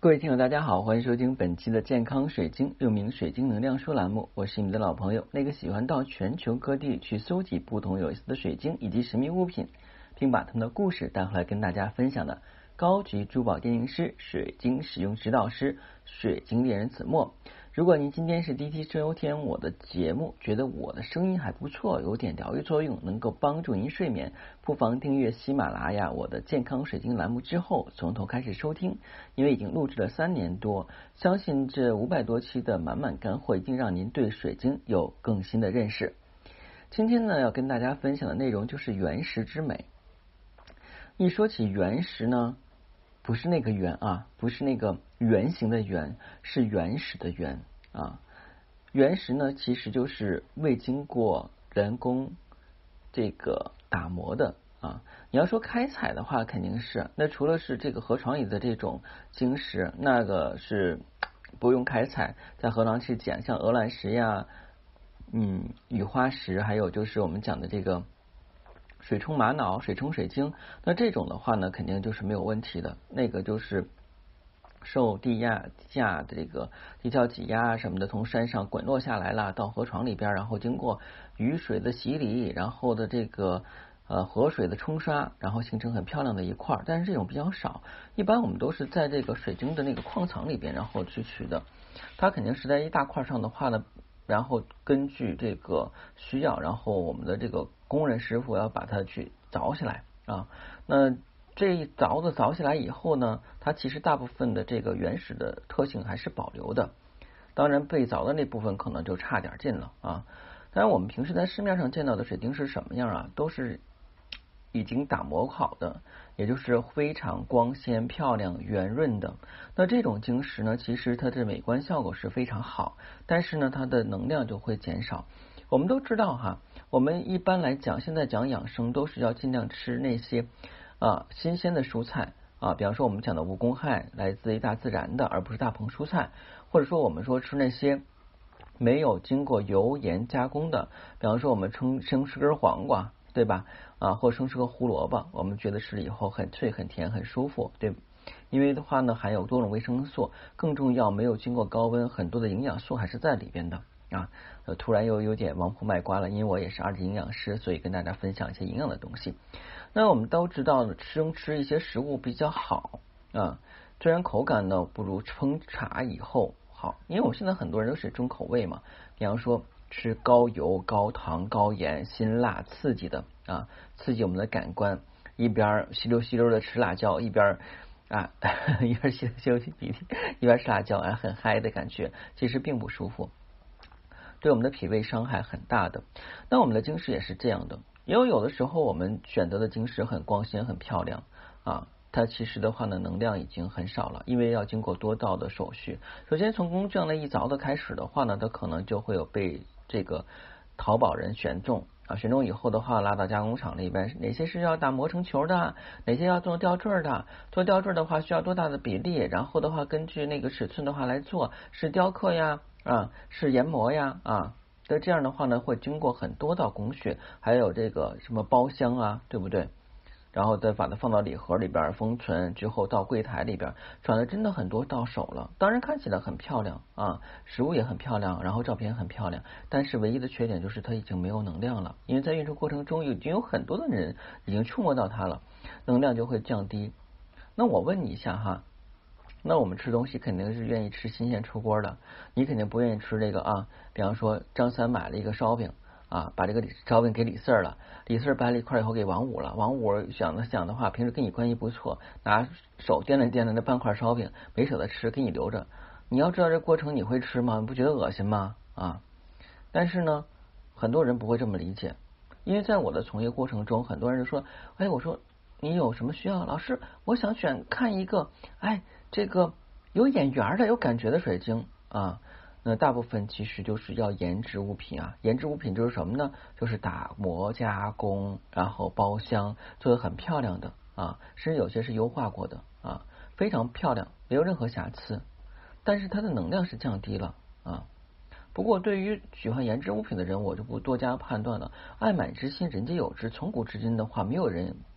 各位听友大家好，欢迎收听本期的健康水晶，又名水晶能量说栏目，我是你们的老朋友，那个喜欢到全球各地去搜集不同有意思的水晶以及神秘物品，并把他们的故事带回来跟大家分享的高级珠宝鉴定师、水晶使用指导师、水晶猎人子墨。如果您今天是第一次收听我的节目，觉得我的声音还不错，有点疗愈作用，能够帮助您睡眠，不妨订阅喜马拉雅我的健康水晶栏目之后从头开始收听，因为已经录制了3年多，相信这500多期的满满干货一定让您对水晶有更新的认识。今天呢，要跟大家分享的内容就是原石之美。一说起原石呢，不是那个圆啊，不是那个圆形的圆，是原始的原啊。原石呢，其实就是未经过人工这个打磨的啊。你要说开采的话，肯定是那除了是这个河床里的这种晶石，那个是不用开采，在河床去捡，像鹅卵石呀、雨花石，还有就是我们讲的这个水冲玛瑙、水冲水晶，那这种的话呢，肯定就是没有问题的。那个就是受地下的这个地壳挤压什么的，从山上滚落下来了，到河床里边，然后经过雨水的洗礼，然后的这个河水的冲刷，然后形成很漂亮的一块。但是这种比较少，一般我们都是在这个水晶的那个矿藏里边，然后去取的。它肯定是在一大块上的话呢，然后根据这个需要，然后我们的这个工人师傅要把它去凿起来啊。那这一凿起来以后呢，它其实大部分的这个原始的特性还是保留的，当然被凿的那部分可能就差点劲了啊。当然我们平时在市面上见到的水晶是什么样啊，都是已经打磨好的，也就是非常光鲜漂亮圆润的。那这种晶石呢，其实它的美观效果是非常好，但是呢它的能量就会减少。我们都知道哈，我们一般来讲现在讲养生都是要尽量吃那些新鲜的蔬菜啊，比方说我们讲的无公害来自于大自然的，而不是大棚蔬菜，或者说我们说吃那些没有经过油盐加工的，比方说我们生吃根黄瓜，对吧？或生吃个胡萝卜，我们觉得吃了以后很脆、很甜、很舒服，对。因为的话呢，含有多种维生素，更重要没有经过高温，很多的营养素还是在里边的啊。突然又有点王婆卖瓜了，因为我也是2级营养师，所以跟大家分享一些营养的东西。那我们都知道吃一些食物比较好啊，虽然口感呢不如烹茶以后好，因为我现在很多人都是重口味嘛，比方说吃高油、高糖、高盐、辛辣、刺激的啊，刺激我们的感官，一边吸溜的吃辣椒，一边一边吸鼻涕，一边吃辣椒，很嗨的感觉，其实并不舒服，对我们的脾胃伤害很大的。那我们的晶石也是这样的，因为有的时候我们选择的晶石很光鲜、很漂亮啊。它其实的话呢，能量已经很少了，因为要经过多道的手续。首先从工匠那一凿的开始的话呢，它可能就会有被这个淘宝人选中啊，选中以后的话拉到加工厂里边，哪些是要打磨成球的，哪些要做吊坠的，做吊坠的话需要多大的比例，然后的话根据那个尺寸的话来做，是雕刻呀是研磨呀那这样的话呢，会经过很多道工序，还有这个什么包箱对不对？然后再把它放到礼盒里边封存之后，到柜台里边转了真的很多到手了。当然看起来很漂亮食物也很漂亮，然后照片很漂亮，但是唯一的缺点就是它已经没有能量了，因为在运输过程中已经有很多的人已经触摸到它了，能量就会降低。那我问你一下哈，那我们吃东西肯定是愿意吃新鲜出锅的，你肯定不愿意吃这个比方说张三买了一个烧饼把这个烧饼给李四了，李四掰了一块以后给王五了，王五想的话，平时跟你关系不错，拿手掂了那半块烧饼，没舍得吃，给你留着。你要知道这过程你会吃吗？你不觉得恶心吗？但是呢，很多人不会这么理解，因为在我的从业过程中，很多人就说，我说你有什么需要？老师，我想看一个，这个有眼缘的、有感觉的水晶那大部分其实就是要研制物品研制物品就是什么呢？就是打磨加工，然后包箱，做得很漂亮的甚至有些是优化过的非常漂亮，没有任何瑕疵，但是它的能量是降低了不过对于喜欢研制物品的人，我就不多加判断了。爱买之心，人皆有之。从古至今的话，没有人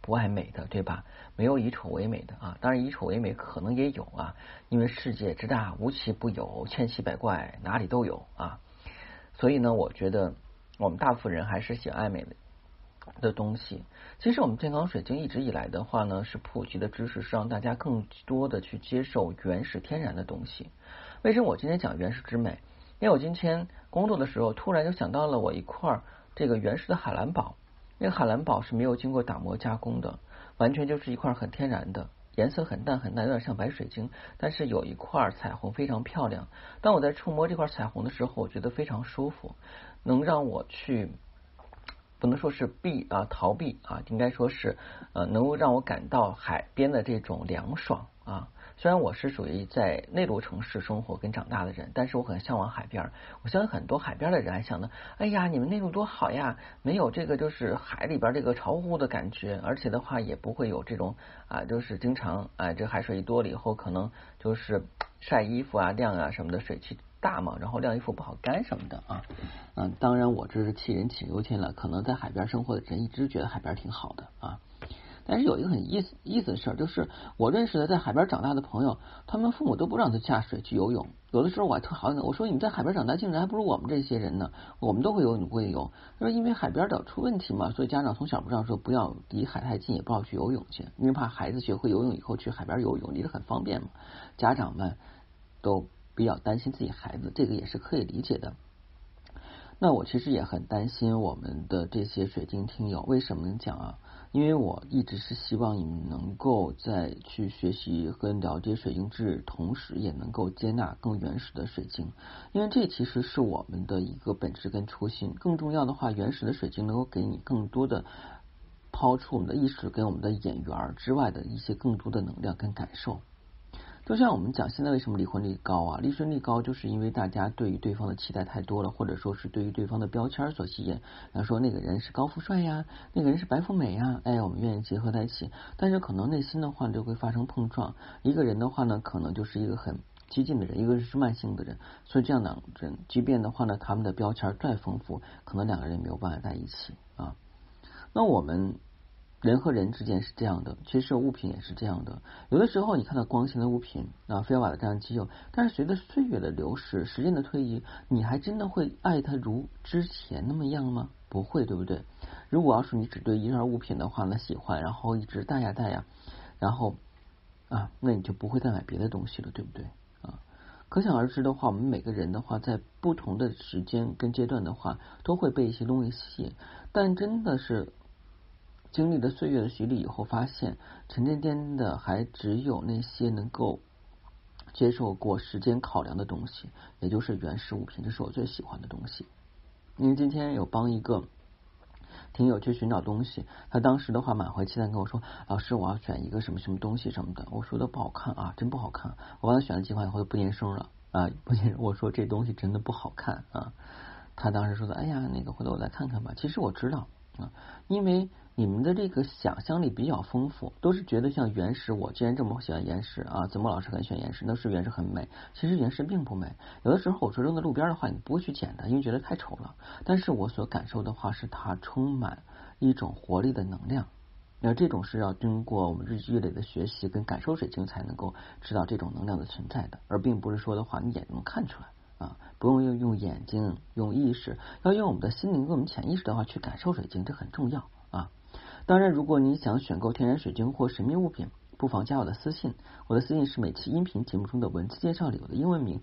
不爱美的，对吧？没有以丑为美的啊，当然以丑为美可能也有啊，因为世界之大，无奇不有，千奇百怪，哪里都有啊。所以呢，我觉得我们大部分人还是喜欢爱美的东西。其实我们健康水晶一直以来的话呢，是普及的知识，是让大家更多的去接受原始天然的东西。为什么我今天讲原始之美？因为我今天工作的时候，突然就想到了我一块这个原始的海蓝宝。那个海蓝宝是没有经过打磨加工的，完全就是一块很天然的，颜色很淡很淡，有点像白水晶，但是有一块彩虹非常漂亮。当我在触摸这块彩虹的时候，我觉得非常舒服，能让我去不能说是逃避啊，应该说是能够让我感到海边的这种凉爽啊。虽然我是属于在内陆城市生活跟长大的人，但是我很向往海边。我相信很多海边的人还想呢，哎呀，你们内陆多好呀，没有这个就是海里边这个潮乎的感觉，而且的话也不会有这种就是经常这海水一多了以后，可能就是晒衣服晾什么的，水汽大嘛，然后晾衣服不好干什么的啊。当然我这是杞人杞忧天了，可能在海边生活的人一直觉得海边挺好的啊。但是有一个很意思的事儿，就是我认识的在海边长大的朋友，他们父母都不让他下水去游泳。有的时候我还特好，我说你在海边长大，竟然还不如我们这些人呢。我们都会游，你不会游。他说因为海边的出问题嘛，所以家长从小不让说不要离海太近，也不要去游泳去，因为怕孩子学会游泳以后去海边游泳离得很方便嘛。家长们都比较担心自己孩子，这个也是可以理解的。那我其实也很担心我们的这些水晶听友，为什么讲啊？因为我一直是希望你们能够在去学习和了解水晶质，同时也能够接纳更原始的水晶，因为这其实是我们的一个本质跟初心。更重要的话，原始的水晶能够给你更多的抛出我们的意识跟我们的眼缘之外的一些更多的能量跟感受。就像我们讲现在为什么离婚率高啊，离婚率高就是因为大家对于对方的期待太多了，或者说是对于对方的标签所吸引，然后说那个人是高富帅呀，那个人是白富美呀，我们愿意结合在一起，但是可能内心的话就会发生碰撞。一个人的话呢，可能就是一个很激进的人，一个是慢性的人，所以这样的人，即便的话呢，他们的标签再丰富，可能两个人没有办法在一起啊。那我们人和人之间是这样的，其实物品也是这样的。有的时候你看到光鲜的物品非要把它这样既有，但是随着岁月的流逝，时间的推移，你还真的会爱它如之前那么样吗？不会，对不对？如果要是你只对一件物品的话呢喜欢，然后一直戴呀，然后那你就不会再买别的东西了，对不对啊？可想而知的话，我们每个人的话，在不同的时间跟阶段的话，都会被一些东西吸引，但真的是经历了岁月的洗礼以后，发现沉甸甸的还只有那些能够接受过时间考量的东西，也就是原始物品，这是我最喜欢的东西。因为今天有帮一个听友去寻找东西，他当时的话满怀期待跟我说，老师我要选一个什么什么东西什么的，我说的不好看啊，真不好看。我帮他选了几款以后就不念声了不念，我说这东西真的不好看啊。他当时说的，哎呀，那个回头我再看看吧。其实我知道因为你们的这个想象力比较丰富，都是觉得像原石，我既然这么喜欢原石怎么老师很喜欢原石，那是原石很美。其实原石并不美，有的时候我说扔在路边的话，你不会去捡它，因为觉得太丑了。但是我所感受的话，是它充满一种活力的能量。这种是要经过我们日积月累的学习跟感受水晶才能够知道这种能量的存在的，而并不是说的话你眼能看出来不用用眼睛用意识，要用我们的心灵跟我们潜意识的话去感受水晶，这很重要当然如果你想选购天然水晶或神秘物品，不妨加我的私信，我的私信是每期音频节目中的文字介绍里我的英文名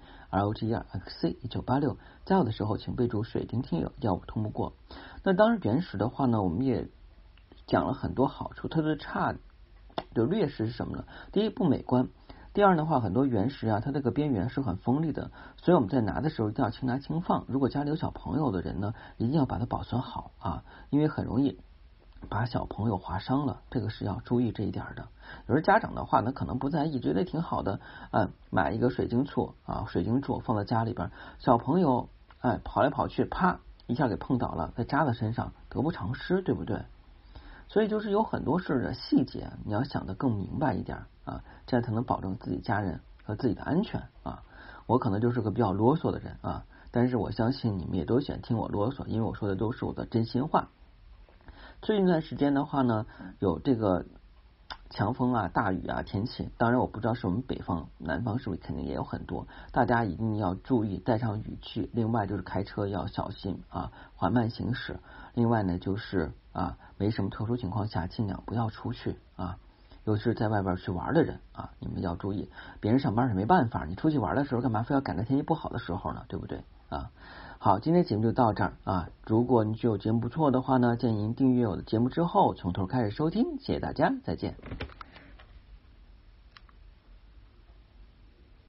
ROGERXC1986，加我的时候请备注水晶听友，要我通不过。那当然原始的话呢，我们也讲了很多好处，它的劣势是什么呢？第一，不美观。第二的话，很多原石它这个边缘是很锋利的，所以我们在拿的时候一定要轻拿轻放。如果家里有小朋友的人呢，一定要把它保存好因为很容易把小朋友划伤了，这个是要注意这一点的。有时家长的话呢，可能不在意，觉得挺好的买一个水晶簇水晶柱放在家里边，小朋友跑来跑去，啪一下给碰倒了，再扎在身上，得不偿失，对不对？所以就是有很多事的细节，你要想得更明白一点这样才能保证自己家人和自己的安全我可能就是个比较啰嗦的人但是我相信你们也都喜欢听我啰嗦，因为我说的都是我的真心话。 最近一段时间的话呢，有这个强风啊、大雨啊天气，当然我不知道是我们北方，南方是不是肯定也有很多，大家一定要注意带上雨具。另外就是开车要小心啊，缓慢行驶。另外呢就是没什么特殊情况下尽量不要出去啊，尤其是在外边去玩的人啊，你们要注意，别人上班是没办法，你出去玩的时候干嘛非要赶在天气不好的时候呢，对不对啊？好，今天节目就到这儿啊。如果你觉得节目不错的话呢，建议您订阅我的节目之后从头开始收听，谢谢大家，再见。